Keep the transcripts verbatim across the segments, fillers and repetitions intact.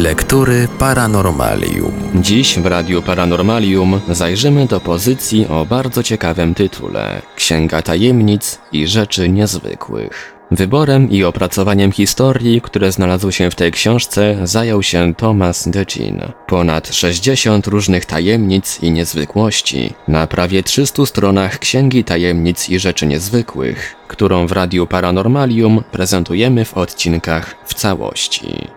Lektury Paranormalium. Dziś w Radiu Paranormalium zajrzymy do pozycji o bardzo ciekawym tytule: Księga Tajemnic i Rzeczy Niezwykłych. Wyborem i opracowaniem historii, które znalazły się w tej książce, zajął się Thomas Decin. Ponad sześćdziesiąt różnych tajemnic i niezwykłości na prawie trzystu stronach Księgi Tajemnic i Rzeczy Niezwykłych, którą w Radiu Paranormalium prezentujemy w odcinkach w całości.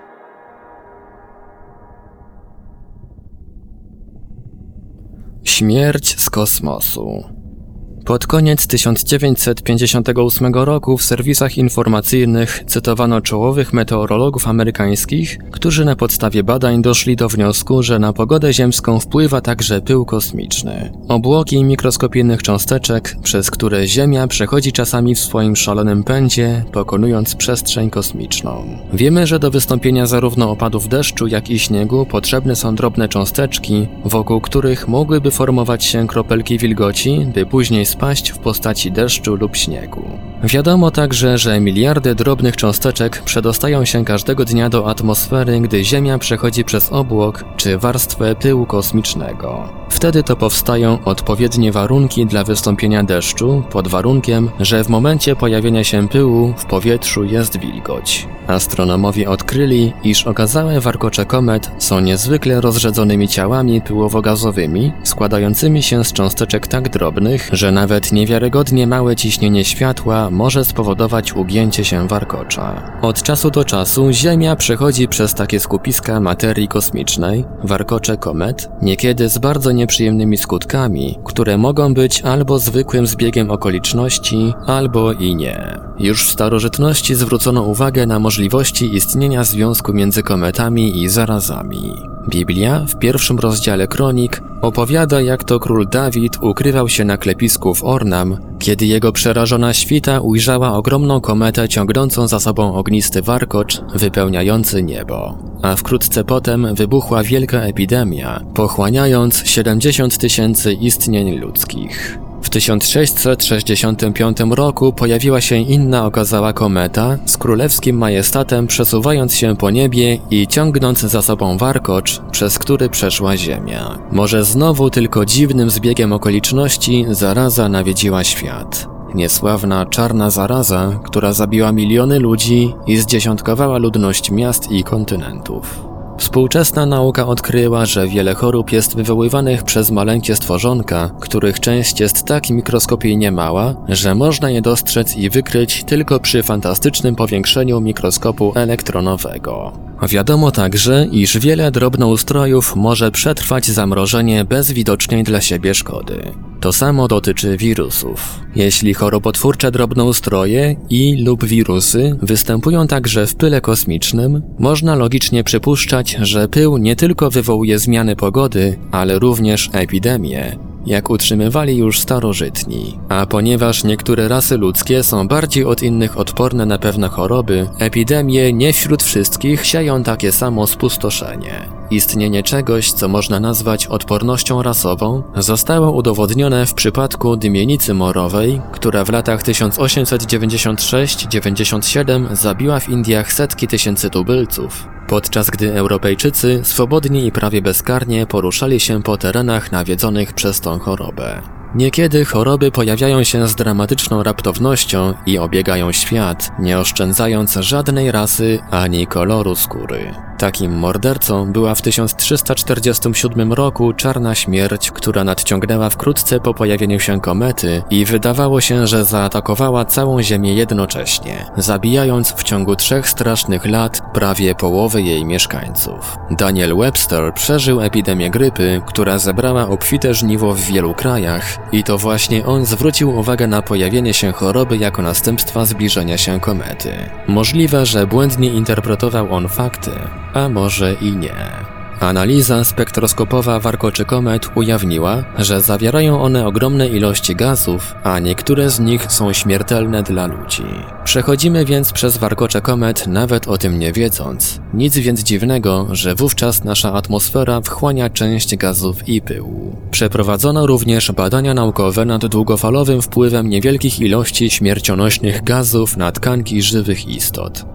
Śmierć z kosmosu. Pod koniec tysiąc dziewięćset pięćdziesiątego ósmego roku w serwisach informacyjnych cytowano czołowych meteorologów amerykańskich, którzy na podstawie badań doszli do wniosku, że na pogodę ziemską wpływa także pył kosmiczny. Obłoki mikroskopijnych cząsteczek, przez które Ziemia przechodzi czasami w swoim szalonym pędzie, pokonując przestrzeń kosmiczną. Wiemy, że do wystąpienia zarówno opadów deszczu, jak i śniegu potrzebne są drobne cząsteczki, wokół których mogłyby formować się kropelki wilgoci, by później spaść w postaci deszczu lub śniegu. Wiadomo także, że miliardy drobnych cząsteczek przedostają się każdego dnia do atmosfery, gdy Ziemia przechodzi przez obłok czy warstwę pyłu kosmicznego. Wtedy to powstają odpowiednie warunki dla wystąpienia deszczu, pod warunkiem, że w momencie pojawienia się pyłu w powietrzu jest wilgoć. Astronomowie odkryli, iż okazałe warkocze komet są niezwykle rozrzedzonymi ciałami pyłowo-gazowymi, składającymi się z cząsteczek tak drobnych, że nawet niewiarygodnie małe ciśnienie światła może spowodować ugięcie się warkocza. Od czasu do czasu Ziemia przechodzi przez takie skupiska materii kosmicznej, warkocze komet, niekiedy z bardzo nieprzyjemnymi skutkami, które mogą być albo zwykłym zbiegiem okoliczności, albo i nie. Już w starożytności zwrócono uwagę na możliwości istnienia związku między kometami i zarazami. Biblia w pierwszym rozdziale Kronik opowiada, jak to król Dawid ukrywał się na klepisku w Ornam, kiedy jego przerażona świta ujrzała ogromną kometę ciągnącą za sobą ognisty warkocz wypełniający niebo. A wkrótce potem wybuchła wielka epidemia, pochłaniając siedemdziesiąt tysięcy istnień ludzkich. W tysiąc sześćset sześćdziesiątym piątym roku pojawiła się inna okazała kometa z królewskim majestatem, przesuwając się po niebie i ciągnąc za sobą warkocz, przez który przeszła Ziemia. Może znowu tylko dziwnym zbiegiem okoliczności zaraza nawiedziła świat. Niesławna czarna zaraza, która zabiła miliony ludzi i zdziesiątkowała ludność miast i kontynentów. Współczesna nauka odkryła, że wiele chorób jest wywoływanych przez maleńkie stworzonka, których część jest tak mikroskopijnie mała, że można je dostrzec i wykryć tylko przy fantastycznym powiększeniu mikroskopu elektronowego. Wiadomo także, iż wiele drobnoustrojów może przetrwać zamrożenie bez widocznej dla siebie szkody. To samo dotyczy wirusów. Jeśli chorobotwórcze drobnoustroje i lub wirusy występują także w pyle kosmicznym, można logicznie przypuszczać, że pył nie tylko wywołuje zmiany pogody, ale również epidemie, jak utrzymywali już starożytni. A ponieważ niektóre rasy ludzkie są bardziej od innych odporne na pewne choroby, epidemie nie wśród wszystkich sieją takie samo spustoszenie. Istnienie czegoś, co można nazwać odpornością rasową, zostało udowodnione w przypadku dymienicy morowej, która w latach tysiąc osiemset dziewięćdziesiąt sześć dziewięćdziesiąt siedem zabiła w Indiach setki tysięcy tubylców, podczas gdy Europejczycy swobodnie i prawie bezkarnie poruszali się po terenach nawiedzonych przez tą chorobę. Niekiedy choroby pojawiają się z dramatyczną raptownością i obiegają świat, nie oszczędzając żadnej rasy ani koloru skóry. Takim mordercą była w tysiąc trzysta czterdziestym siódmym roku czarna śmierć, która nadciągnęła wkrótce po pojawieniu się komety i wydawało się, że zaatakowała całą Ziemię jednocześnie, zabijając w ciągu trzech strasznych lat prawie połowę jej mieszkańców. Daniel Webster przeżył epidemię grypy, która zebrała obfite żniwo w wielu krajach, i to właśnie on zwrócił uwagę na pojawienie się choroby jako następstwa zbliżenia się komety. Możliwe, że błędnie interpretował on fakty, a może i nie. Analiza spektroskopowa warkoczy komet ujawniła, że zawierają one ogromne ilości gazów, a niektóre z nich są śmiertelne dla ludzi. Przechodzimy więc przez warkocze komet nawet o tym nie wiedząc. Nic więc dziwnego, że wówczas nasza atmosfera wchłania część gazów i pyłu. Przeprowadzono również badania naukowe nad długofalowym wpływem niewielkich ilości śmiercionośnych gazów na tkanki żywych istot.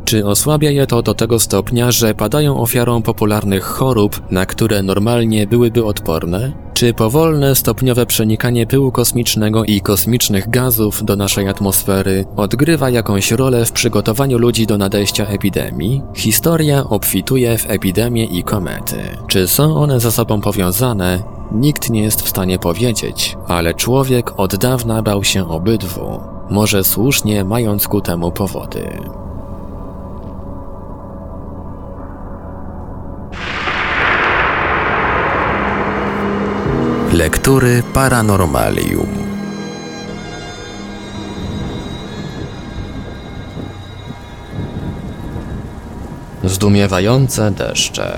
Czy osłabia je to do tego stopnia, że padają ofiarą popularnych chorób, na które normalnie byłyby odporne? Czy powolne, stopniowe przenikanie pyłu kosmicznego i kosmicznych gazów do naszej atmosfery odgrywa jakąś rolę w przygotowaniu ludzi do nadejścia epidemii? Historia obfituje w epidemie i komety. Czy są one ze sobą powiązane? Nikt nie jest w stanie powiedzieć, ale człowiek od dawna bał się obydwu, może słusznie mając ku temu powody. Lektury Paranormalium. Zdumiewające deszcze.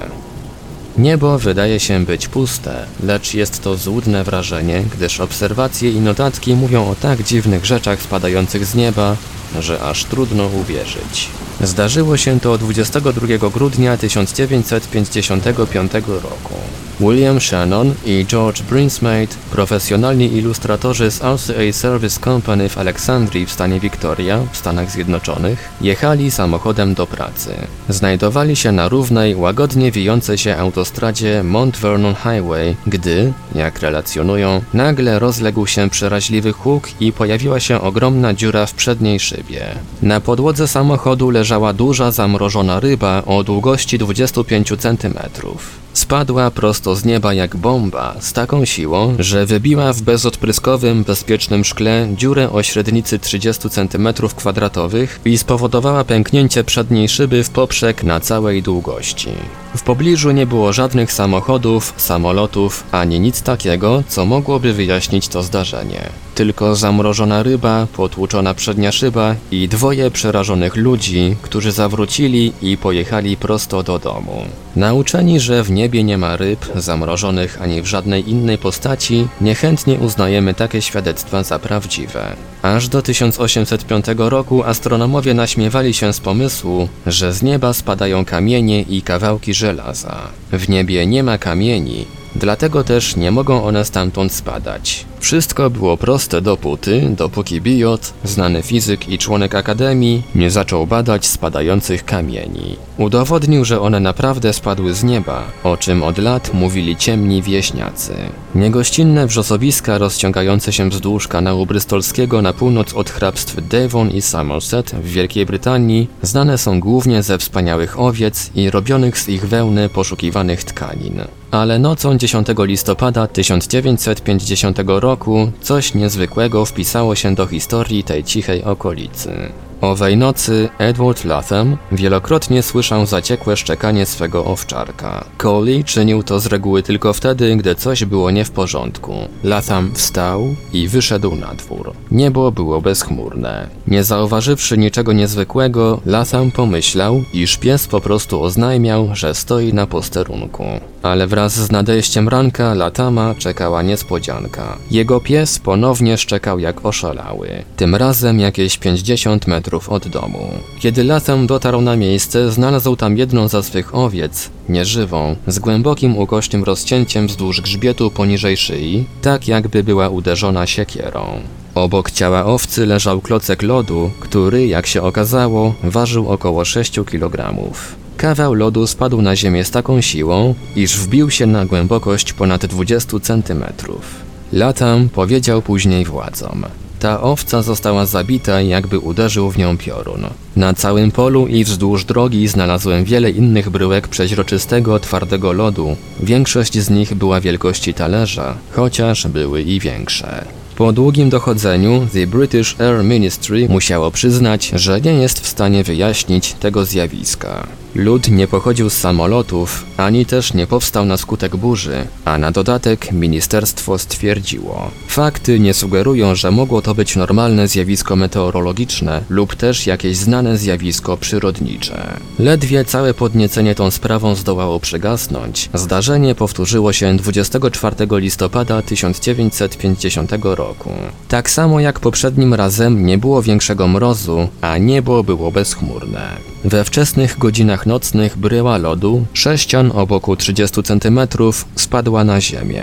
Niebo wydaje się być puste, lecz jest to złudne wrażenie, gdyż obserwacje i notatki mówią o tak dziwnych rzeczach spadających z nieba, że aż trudno uwierzyć. Zdarzyło się to dwudziestego drugiego grudnia tysiąc dziewięćset pięćdziesiątego piątego roku. William Shannon i George Brinsmade, profesjonalni ilustratorzy z R C A Service Company w Aleksandrii w stanie Victoria, w Stanach Zjednoczonych, jechali samochodem do pracy. Znajdowali się na równej, łagodnie wijącej się autostradzie Mount Vernon Highway, gdy, jak relacjonują, nagle rozległ się przeraźliwy huk i pojawiła się ogromna dziura w przedniej szybie. Na podłodze samochodu leżała duża zamrożona ryba o długości dwudziestu pięciu centymetrów. Spadła prosto z nieba jak bomba, z taką siłą, że wybiła w bezodpryskowym, bezpiecznym szkle dziurę o średnicy trzydziestu centymetrów kwadratowych i spowodowała pęknięcie przedniej szyby w poprzek na całej długości. W pobliżu nie było żadnych samochodów, samolotów, ani nic takiego, co mogłoby wyjaśnić to zdarzenie. Tylko zamrożona ryba, potłuczona przednia szyba i dwoje przerażonych ludzi, którzy zawrócili i pojechali prosto do domu. Nauczeni, że w niebie nie ma ryb, zamrożonych ani w żadnej innej postaci, niechętnie uznajemy takie świadectwa za prawdziwe. Aż do tysiąc osiemset piątego roku astronomowie naśmiewali się z pomysłu, że z nieba spadają kamienie i kawałki żelaza. W niebie nie ma kamieni, dlatego też nie mogą one stamtąd spadać. Wszystko było proste dopóty, dopóki Biot, znany fizyk i członek Akademii, nie zaczął badać spadających kamieni. Udowodnił, że one naprawdę spadły z nieba, o czym od lat mówili ciemni wieśniacy. Niegościnne wrzosowiska rozciągające się wzdłuż kanału brystolskiego na północ od hrabstw Devon i Somerset w Wielkiej Brytanii znane są głównie ze wspaniałych owiec i robionych z ich wełny poszukiwanych tkanin. Ale nocą dziesiątego listopada tysiąc dziewięćset pięćdziesiątego roku coś niezwykłego wpisało się do historii tej cichej okolicy. Owej nocy Edward Latham wielokrotnie słyszał zaciekłe szczekanie swego owczarka. Coley czynił to z reguły tylko wtedy, gdy coś było nie w porządku. Latham wstał i wyszedł na dwór. Niebo było bezchmurne. Nie zauważywszy niczego niezwykłego, Latham pomyślał, iż pies po prostu oznajmiał, że stoi na posterunku. Ale wraz z nadejściem ranka Lathama czekała niespodzianka. Jego pies ponownie szczekał jak oszalały. Tym razem jakieś pięćdziesiąt metrów od domu. Kiedy Latham dotarł na miejsce, znalazł tam jedną ze swych owiec, nieżywą, z głębokim ukośnym rozcięciem wzdłuż grzbietu poniżej szyi, tak jakby była uderzona siekierą. Obok ciała owcy leżał klocek lodu, który, jak się okazało, ważył około sześć kilogramów. Kawał lodu spadł na ziemię z taką siłą, iż wbił się na głębokość ponad dwudziestu centymetrów. Latham powiedział później władzom: ta owca została zabita, jakby uderzył w nią piorun. Na całym polu i wzdłuż drogi znalazłem wiele innych bryłek przeźroczystego, twardego lodu. Większość z nich była wielkości talerza, chociaż były i większe. Po długim dochodzeniu The British Air Ministry musiało przyznać, że nie jest w stanie wyjaśnić tego zjawiska. Lód nie pochodził z samolotów, ani też nie powstał na skutek burzy, a na dodatek ministerstwo stwierdziło: fakty nie sugerują, że mogło to być normalne zjawisko meteorologiczne lub też jakieś znane zjawisko przyrodnicze. Ledwie całe podniecenie tą sprawą zdołało przygasnąć, zdarzenie powtórzyło się dwudziestego czwartego listopada tysiąc dziewięćset pięćdziesiątego roku. Tak samo jak poprzednim razem nie było większego mrozu, a niebo było bezchmurne. We wczesnych godzinach nocnych bryła lodu, sześcian o boku trzydziestu centymetrów, spadła na ziemię.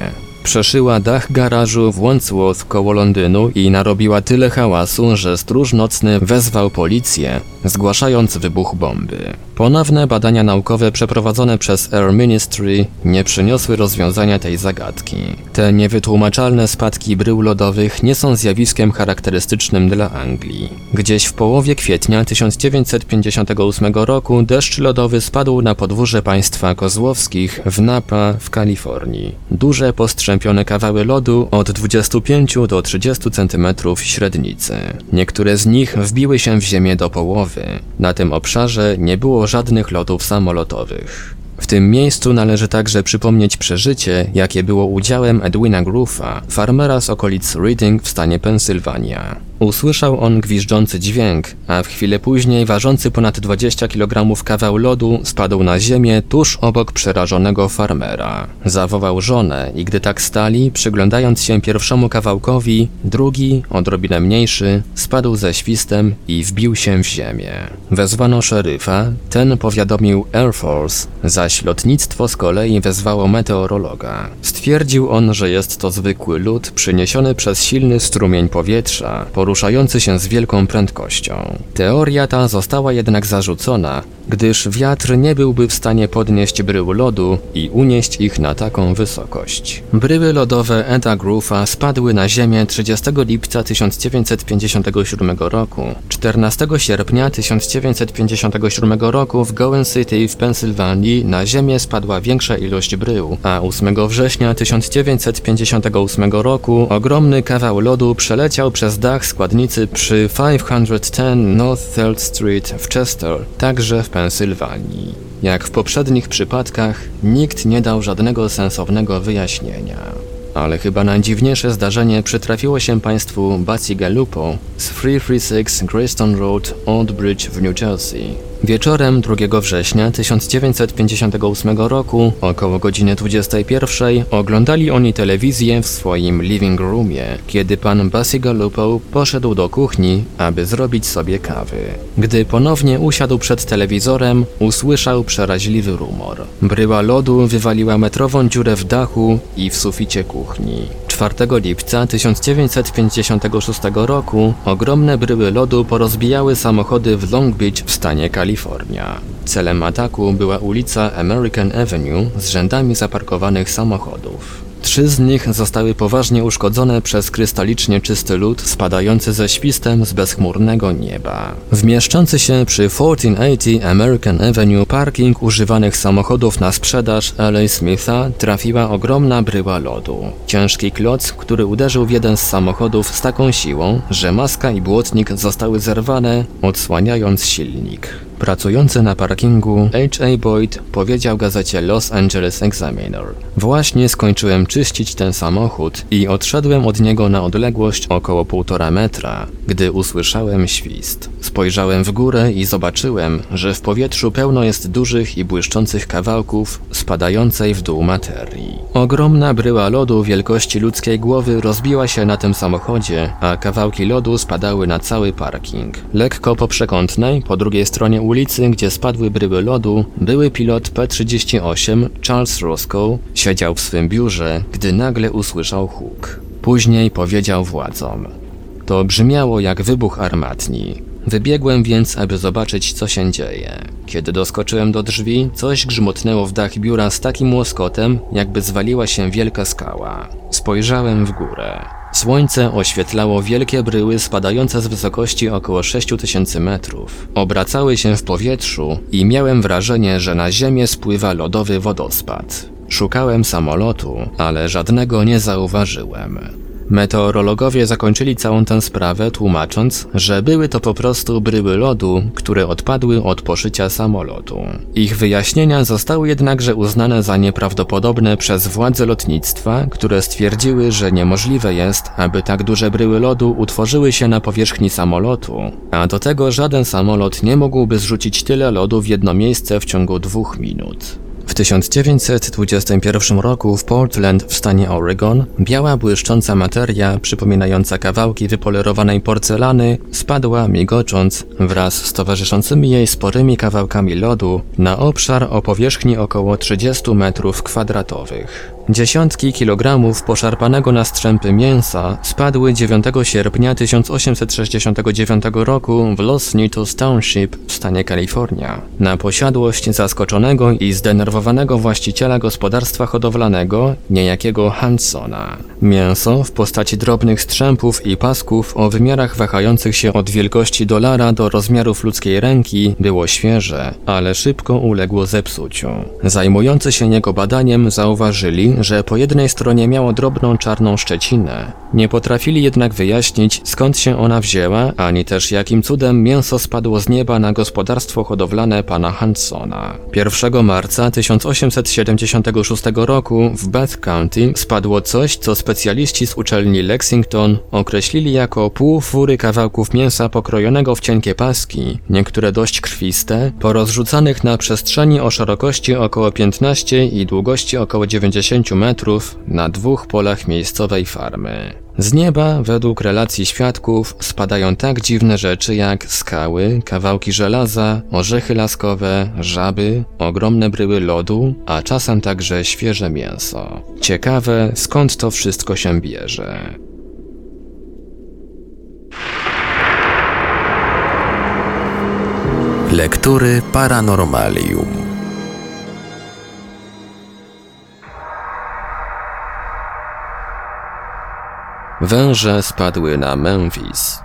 Przeszyła dach garażu w Wandsworth koło Londynu i narobiła tyle hałasu, że stróż nocny wezwał policję, zgłaszając wybuch bomby. Ponowne badania naukowe przeprowadzone przez Air Ministry nie przyniosły rozwiązania tej zagadki. Te niewytłumaczalne spadki brył lodowych nie są zjawiskiem charakterystycznym dla Anglii. Gdzieś w połowie kwietnia tysiąc dziewięćset pięćdziesiątego ósmego roku deszcz lodowy spadł na podwórze państwa Kozłowskich w Napa w Kalifornii. Duże postrzępione kawały lodu od dwudziestu pięciu do trzydziestu centymetrów średnicy. Niektóre z nich wbiły się w ziemię do połowy. Na tym obszarze nie było żadnych lotów samolotowych. W tym miejscu należy także przypomnieć przeżycie, jakie było udziałem Edwina Groofa, farmera z okolic Reading w stanie Pensylwania. Usłyszał on gwiżdżący dźwięk, a w chwilę później ważący ponad dwadzieścia kilogramów kawał lodu spadł na ziemię tuż obok przerażonego farmera. Zawołał żonę i gdy tak stali, przyglądając się pierwszemu kawałkowi, drugi, odrobinę mniejszy, spadł ze świstem i wbił się w ziemię. Wezwano szeryfa, ten powiadomił Air Force, zaś lotnictwo z kolei wezwało meteorologa. Stwierdził on, że jest to zwykły lód przyniesiony przez silny strumień powietrza, poruszający się z wielką prędkością. Teoria ta została jednak zarzucona, gdyż wiatr nie byłby w stanie podnieść brył lodu i unieść ich na taką wysokość. Bryły lodowe Eda Groofa spadły na ziemię trzydziestego lipca tysiąc dziewięćset pięćdziesiątego siódmego roku. czternastego sierpnia tysiąc dziewięćset pięćdziesiątego siódmego roku w Gowan City w Pensylwanii na ziemię spadła większa ilość brył, a ósmego września tysiąc dziewięćset pięćdziesiątego ósmego roku ogromny kawał lodu przeleciał przez dach składnicy przy pięćset dziesięć North Third Street w Chester, także w Pensylwanii. Jak w poprzednich przypadkach, nikt nie dał żadnego sensownego wyjaśnienia. Ale chyba najdziwniejsze zdarzenie przytrafiło się państwu Bassey Lupo z trzysta trzydzieści sześć Greystone Road, Old Bridge w New Jersey. Wieczorem drugiego września tysiąc dziewięćset pięćdziesiątego ósmego roku, około godziny dwudziestej pierwszej, oglądali oni telewizję w swoim living roomie, kiedy pan Bassey Lupo poszedł do kuchni, aby zrobić sobie kawy. Gdy ponownie usiadł przed telewizorem, usłyszał przeraźliwy rumor. Bryła lodu wywaliła metrową dziurę w dachu i w suficie kuchni. czwartego lipca tysiąc dziewięćset pięćdziesiątego szóstego roku ogromne bryły lodu porozbijały samochody w Long Beach w stanie Kalifornia. Celem ataku była ulica American Avenue z rzędami zaparkowanych samochodów. Trzy z nich zostały poważnie uszkodzone przez krystalicznie czysty lód spadający ze świstem z bezchmurnego nieba. W mieszczący się przy tysiąc czterysta osiemdziesiąt American Avenue parking używanych samochodów na sprzedaż L A Smitha trafiła ogromna bryła lodu. Ciężki kloc, który uderzył w jeden z samochodów z taką siłą, że maska i błotnik zostały zerwane, odsłaniając silnik. Pracujący na parkingu H A Boyd powiedział gazecie Los Angeles Examiner: właśnie skończyłem czyścić ten samochód i odszedłem od niego na odległość około półtora metra, gdy usłyszałem świst. Spojrzałem w górę i zobaczyłem, że w powietrzu pełno jest dużych i błyszczących kawałków spadającej w dół materii. Ogromna bryła lodu wielkości ludzkiej głowy rozbiła się na tym samochodzie, a kawałki lodu spadały na cały parking. Lekko po przekątnej, po drugiej stronie ulicy, gdzie spadły bryły lodu, były pilot P trzydzieści osiem Charles Roscoe siedział w swym biurze, gdy nagle usłyszał huk. Później powiedział władzom: to brzmiało jak wybuch armatni. Wybiegłem więc, aby zobaczyć, co się dzieje. Kiedy doskoczyłem do drzwi, coś grzmotnęło w dach biura z takim łoskotem, jakby zwaliła się wielka skała. Spojrzałem w górę. Słońce oświetlało wielkie bryły spadające z wysokości około sześciu tysięcy metrów. Obracały się w powietrzu i miałem wrażenie, że na ziemię spływa lodowy wodospad. Szukałem samolotu, ale żadnego nie zauważyłem. Meteorologowie zakończyli całą tę sprawę tłumacząc, że były to po prostu bryły lodu, które odpadły od poszycia samolotu. Ich wyjaśnienia zostały jednakże uznane za nieprawdopodobne przez władze lotnictwa, które stwierdziły, że niemożliwe jest, aby tak duże bryły lodu utworzyły się na powierzchni samolotu, a do tego żaden samolot nie mógłby zrzucić tyle lodu w jedno miejsce w ciągu dwóch minut. W tysiąc dziewięćset dwudziestym pierwszym roku w Portland w stanie Oregon biała błyszcząca materia przypominająca kawałki wypolerowanej porcelany spadła migocząc wraz z towarzyszącymi jej sporymi kawałkami lodu na obszar o powierzchni około trzydziestu metrów kwadratowych. Dziesiątki kilogramów poszarpanego na strzępy mięsa spadły dziewiątego sierpnia tysiąc osiemset sześćdziesiątego dziewiątego roku w Los Nitos Township w stanie Kalifornia na posiadłość zaskoczonego i zdenerwowanego właściciela gospodarstwa hodowlanego, niejakiego Hansona. Mięso w postaci drobnych strzępów i pasków o wymiarach wahających się od wielkości dolara do rozmiarów ludzkiej ręki było świeże, ale szybko uległo zepsuciu. Zajmujący się jego badaniem zauważyli, że po jednej stronie miało drobną czarną szczecinę. Nie potrafili jednak wyjaśnić, skąd się ona wzięła, ani też jakim cudem mięso spadło z nieba na gospodarstwo hodowlane pana Hansona. pierwszego marca tysiąc osiemset siedemdziesiątego szóstego roku w Bath County spadło coś, co specjaliści z uczelni Lexington określili jako pół fury kawałków mięsa pokrojonego w cienkie paski, niektóre dość krwiste, porozrzucanych na przestrzeni o szerokości około piętnaście i długości około dziewięćdziesiąt metrów na dwóch polach miejscowej farmy. Z nieba, według relacji świadków, spadają tak dziwne rzeczy jak skały, kawałki żelaza, orzechy laskowe, żaby, ogromne bryły lodu, a czasem także świeże mięso. Ciekawe, skąd to wszystko się bierze. Lektury Paranormalium. Węże spadły na Memphis.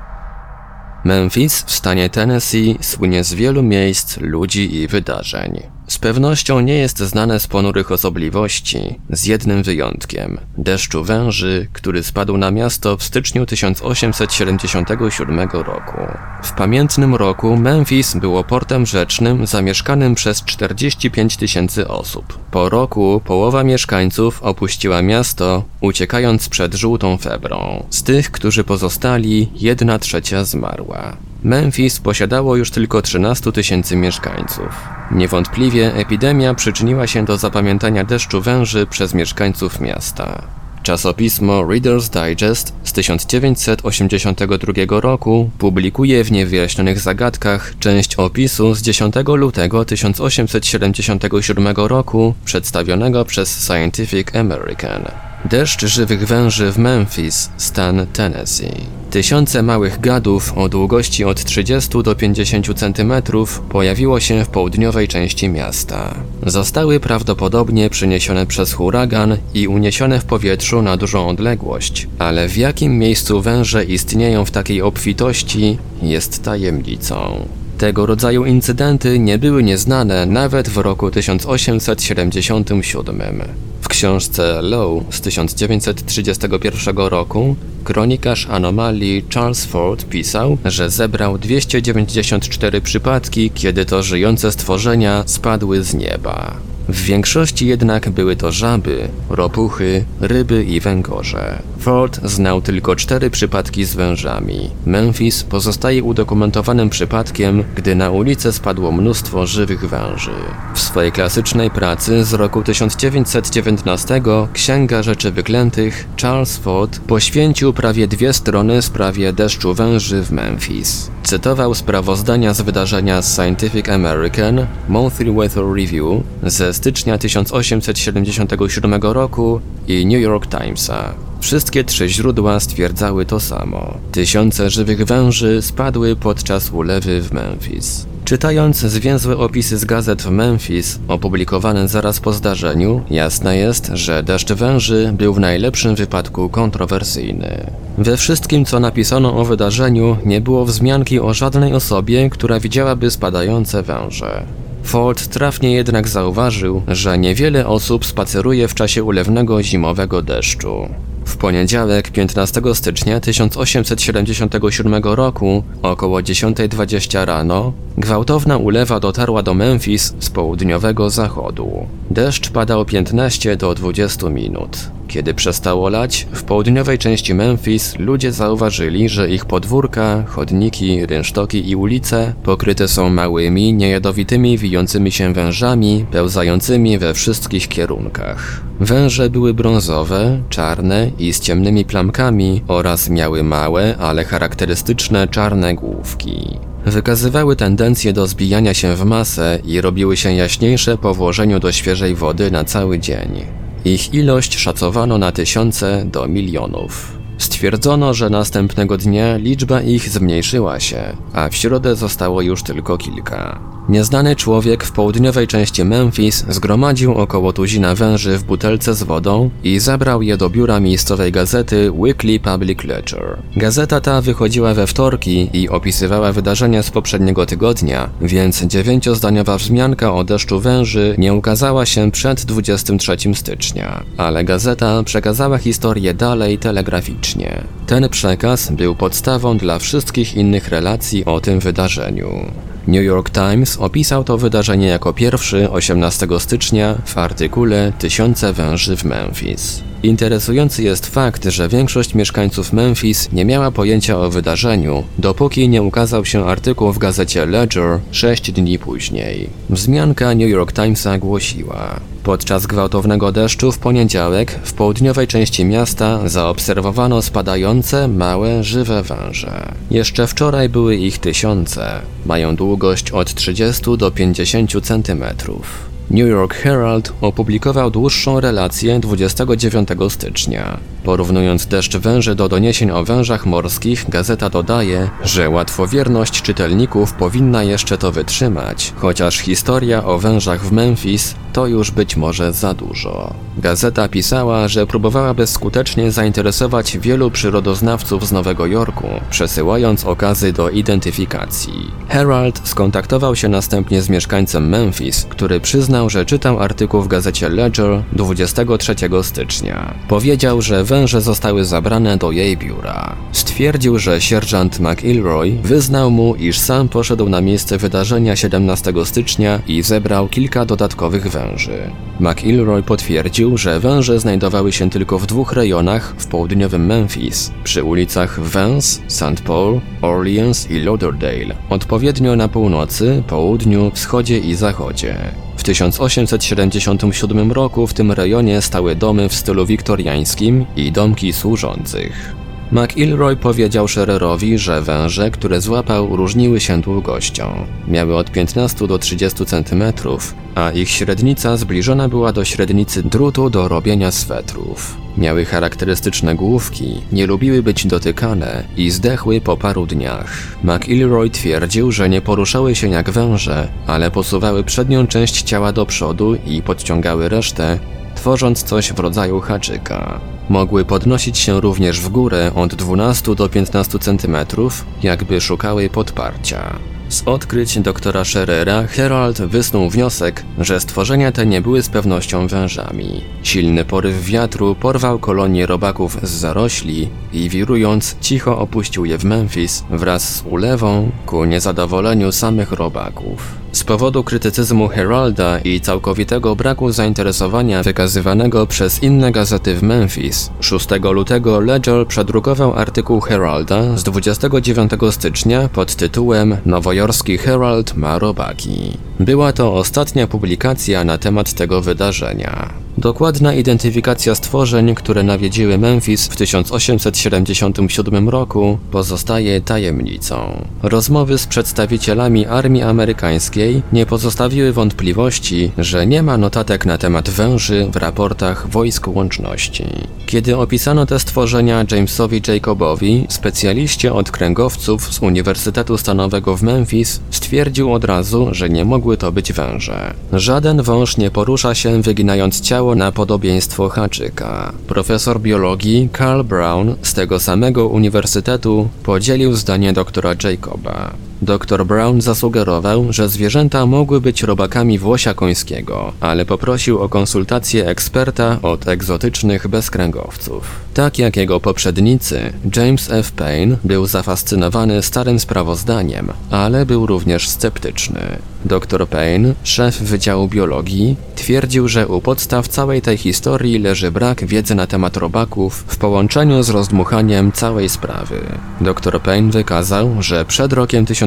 Memphis w stanie Tennessee słynie z wielu miejsc, ludzi i wydarzeń. Z pewnością nie jest znane z ponurych osobliwości, z jednym wyjątkiem – deszczu węży, który spadł na miasto w styczniu tysiąc osiemset siedemdziesiątego siódmego roku. W pamiętnym roku Memphis było portem rzecznym zamieszkanym przez czterdzieści pięć tysięcy osób. Po roku połowa mieszkańców opuściła miasto, uciekając przed żółtą febrą. Z tych, którzy pozostali, jedna trzecia zmarła. Memphis posiadało już tylko trzynastu tysięcy mieszkańców. Niewątpliwie epidemia przyczyniła się do zapamiętania deszczu węży przez mieszkańców miasta. Czasopismo Reader's Digest z tysiąc dziewięćset osiemdziesiątego drugiego roku publikuje w Niewyjaśnionych zagadkach część opisu z dziesiątego lutego tysiąc osiemset siedemdziesiątego siódmego roku przedstawionego przez Scientific American. Deszcz żywych węży w Memphis, stan Tennessee. Tysiące małych gadów o długości od trzydziestu do pięćdziesięciu centymetrów pojawiło się w południowej części miasta. Zostały prawdopodobnie przyniesione przez huragan i uniesione w powietrzu na dużą odległość, ale w jakim miejscu węże istnieją w takiej obfitości jest tajemnicą. Tego rodzaju incydenty nie były nieznane nawet w roku tysiąc osiemset siedemdziesiątym siódmym. W książce Law z tysiąc dziewięćset trzydziestego pierwszego roku kronikarz anomalii Charles Fort pisał, że zebrał dwieście dziewięćdziesiąt cztery przypadki, kiedy to żyjące stworzenia spadły z nieba. W większości jednak były to żaby, ropuchy, ryby i węgorze. Ford znał tylko cztery przypadki z wężami. Memphis pozostaje udokumentowanym przypadkiem, gdy na ulicę spadło mnóstwo żywych węży. W swojej klasycznej pracy z roku tysiąc dziewięćset dziewiętnastego Księga Rzeczy Wyklętych Charles Ford poświęcił prawie dwie strony sprawie deszczu węży w Memphis. Cytował sprawozdania z wydarzenia z Scientific American, Monthly Weather Review ze stycznia tysiąc osiemset siedemdziesiątego siódmego roku i New York Timesa. Wszystkie trzy źródła stwierdzały to samo. Tysiące żywych węży spadły podczas ulewy w Memphis. Czytając zwięzłe opisy z gazet w Memphis, opublikowane zaraz po zdarzeniu, jasne jest, że deszcz węży był w najlepszym wypadku kontrowersyjny. We wszystkim, co napisano o wydarzeniu, nie było wzmianki o żadnej osobie, która widziałaby spadające węże. Ford trafnie jednak zauważył, że niewiele osób spaceruje w czasie ulewnego zimowego deszczu. W poniedziałek, piętnastego stycznia tysiąc osiemset siedemdziesiątego siódmego roku, około dziesiąta dwadzieścia rano, gwałtowna ulewa dotarła do Memphis z południowego zachodu. Deszcz padał piętnaście do dwudziestu minut. Kiedy przestało lać, w południowej części Memphis ludzie zauważyli, że ich podwórka, chodniki, rynsztoki i ulice pokryte są małymi, niejadowitymi, wijącymi się wężami, pełzającymi we wszystkich kierunkach. Węże były brązowe, czarne i z ciemnymi plamkami oraz miały małe, ale charakterystyczne czarne główki. Wykazywały tendencję do zbijania się w masę i robiły się jaśniejsze po włożeniu do świeżej wody na cały dzień. Ich ilość szacowano na tysiące do milionów. Stwierdzono, że następnego dnia liczba ich zmniejszyła się, a w środę zostało już tylko kilka. Nieznany człowiek w południowej części Memphis zgromadził około tuzina węży w butelce z wodą i zabrał je do biura miejscowej gazety Weekly Public Ledger. Gazeta ta wychodziła we wtorki i opisywała wydarzenia z poprzedniego tygodnia, więc dziewięciozdaniowa wzmianka o deszczu węży nie ukazała się przed dwudziestego trzeciego stycznia, ale gazeta przekazała historię dalej telegraficznie. Ten przekaz był podstawą dla wszystkich innych relacji o tym wydarzeniu. New York Times opisał to wydarzenie jako pierwszy osiemnastego stycznia w artykule Tysiące węży w Memphis. Interesujący jest fakt, że większość mieszkańców Memphis nie miała pojęcia o wydarzeniu, dopóki nie ukazał się artykuł w gazecie Ledger sześć dni później. Wzmianka New York Timesa głosiła: podczas gwałtownego deszczu w poniedziałek w południowej części miasta zaobserwowano spadające, małe, żywe węże. Jeszcze wczoraj były ich tysiące. Mają długość od trzydziestu do pięćdziesięciu centymetrów. New York Herald opublikował dłuższą relację dwudziestego dziewiątego stycznia. Porównując deszcz węży do doniesień o wężach morskich, gazeta dodaje, że łatwowierność czytelników powinna jeszcze to wytrzymać, chociaż historia o wężach w Memphis to już być może za dużo. Gazeta pisała, że próbowała bezskutecznie zainteresować wielu przyrodoznawców z Nowego Jorku, przesyłając okazy do identyfikacji. Herald skontaktował się następnie z mieszkańcem Memphis, który przyznał, że czytał artykuł w gazecie Ledger dwudziestego trzeciego stycznia. Powiedział, że węże zostały zabrane do jej biura. Stwierdził, że sierżant McIlroy wyznał mu, iż sam poszedł na miejsce wydarzenia siedemnastego stycznia i zebrał kilka dodatkowych węży. McIlroy potwierdził, że węże znajdowały się tylko w dwóch rejonach w południowym Memphis, przy ulicach Vance, Saint Paul, Orleans i Lauderdale, odpowiednio na północy, południu, wschodzie i zachodzie. W tysiąc osiemset siedemdziesiątym siódmym roku w tym rejonie stały domy w stylu wiktoriańskim i domki służących. McIlroy powiedział Schererowi, że węże, które złapał, różniły się długością. Miały od piętnastu do trzydziestu centymetrów, a ich średnica zbliżona była do średnicy drutu do robienia swetrów. Miały charakterystyczne główki, nie lubiły być dotykane i zdechły po paru dniach. McIlroy twierdził, że nie poruszały się jak węże, ale posuwały przednią część ciała do przodu i podciągały resztę, tworząc coś w rodzaju haczyka. Mogły podnosić się również w górę od dwunastu do piętnastu centymetrów, jakby szukały podparcia. Z odkryć doktora Scherera Herald wysnuł wniosek, że stworzenia te nie były z pewnością wężami. Silny poryw wiatru porwał kolonię robaków z zarośli i wirując cicho opuścił je w Memphis wraz z ulewą ku niezadowoleniu samych robaków. Z powodu krytycyzmu Heralda i całkowitego braku zainteresowania wykazywanego przez inne gazety w Memphis, szóstego lutego Ledger przedrukował artykuł Heralda z dwudziestego dziewiątego stycznia pod tytułem Nowojorski Herald ma robaki. Była to ostatnia publikacja na temat tego wydarzenia. Dokładna identyfikacja stworzeń, które nawiedziły Memphis w tysiąc osiemset siedemdziesiątym siódmym roku, pozostaje tajemnicą. Rozmowy z przedstawicielami armii amerykańskiej nie pozostawiły wątpliwości, że nie ma notatek na temat węży w raportach Wojsk Łączności. Kiedy opisano te stworzenia Jamesowi Jacobowi, specjaliście od kręgowców z Uniwersytetu Stanowego w Memphis stwierdził od razu, że nie mogły to być węże. Żaden wąż nie porusza się wyginając ciało na podobieństwo haczyka. Profesor biologii Carl Brown z tego samego uniwersytetu podzielił zdanie doktora Jacoba. Doktor Brown zasugerował, że zwierzęta mogły być robakami włosia końskiego, ale poprosił o konsultację eksperta od egzotycznych bezkręgowców. Tak jak jego poprzednicy, James F. Payne był zafascynowany starym sprawozdaniem, ale był również sceptyczny. Doktor Payne, szef Wydziału Biologii, twierdził, że u podstaw całej tej historii leży brak wiedzy na temat robaków w połączeniu z rozdmuchaniem całej sprawy. Doktor Payne wykazał, że przed rokiem tysiąc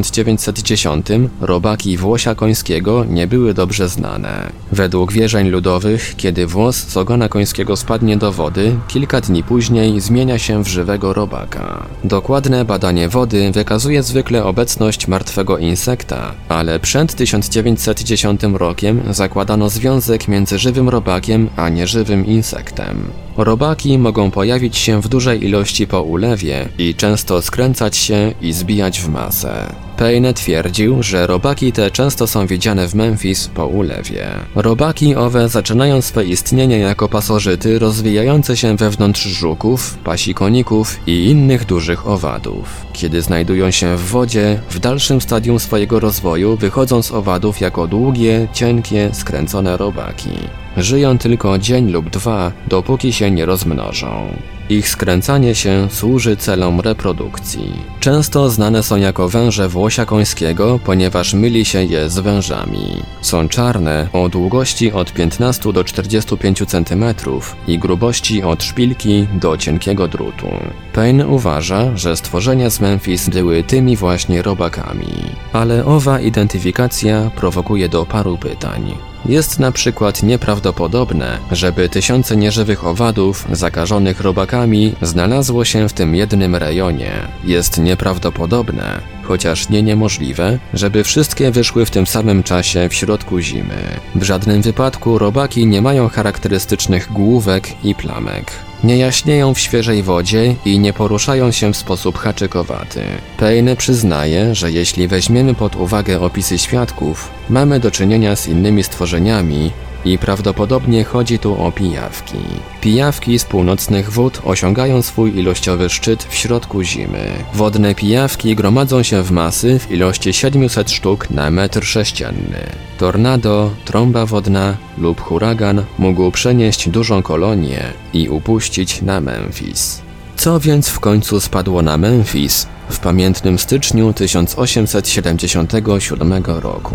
tysiąc dziewięćset dziesiątym robaki włosia końskiego nie były dobrze znane. Według wierzeń ludowych, kiedy włos z ogona końskiego spadnie do wody, kilka dni później zmienia się w żywego robaka. Dokładne badanie wody wykazuje zwykle obecność martwego insekta, ale przed tysiąc dziewięćset dziesiątym rokiem zakładano związek między żywym robakiem a nieżywym insektem. Robaki mogą pojawić się w dużej ilości po ulewie i często skręcać się i zbijać w masę. Payne twierdził, że robaki te często są widziane w Memphis po ulewie. Robaki owe zaczynają swe istnienie jako pasożyty rozwijające się wewnątrz żuków, pasikoników i innych dużych owadów. Kiedy znajdują się w wodzie, w dalszym stadium swojego rozwoju wychodzą z owadów jako długie, cienkie, skręcone robaki. Żyją tylko dzień lub dwa, dopóki się nie rozmnożą. Ich skręcanie się służy celom reprodukcji. Często znane są jako węże włosia końskiego, ponieważ myli się je z wężami. Są czarne, o długości od piętnastu do czterdziestu pięciu centymetrów i grubości od szpilki do cienkiego drutu. Payne uważa, że stworzenia z Memphis były tymi właśnie robakami. Ale owa identyfikacja prowokuje do paru pytań. Jest na przykład nieprawdopodobne, żeby tysiące nieżywych owadów zakażonych robakami znalazło się w tym jednym rejonie. Jest nieprawdopodobne, chociaż nie niemożliwe, żeby wszystkie wyszły w tym samym czasie w środku zimy. W żadnym wypadku robaki nie mają charakterystycznych główek i plamek. Nie jaśnieją w świeżej wodzie i nie poruszają się w sposób haczykowaty. Payne przyznaje, że jeśli weźmiemy pod uwagę opisy świadków, mamy do czynienia z innymi stworzeniami i prawdopodobnie chodzi tu o pijawki. Pijawki z północnych wód osiągają swój ilościowy szczyt w środku zimy. Wodne pijawki gromadzą się w masy w ilości siedemset sztuk na metr sześcienny. Tornado, trąba wodna lub huragan mógł przenieść dużą kolonię i upuścić na Memphis. Co więc w końcu spadło na Memphis w pamiętnym styczniu tysiąc osiemset siedemdziesiątego siódmego roku?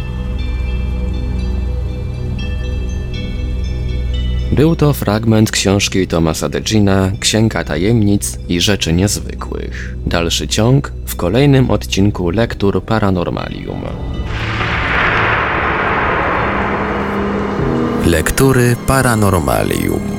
Był to fragment książki Thomasa Degina Księga Tajemnic i Rzeczy Niezwykłych. Dalszy ciąg w kolejnym odcinku Lektur Paranormalium. Lektury Paranormalium.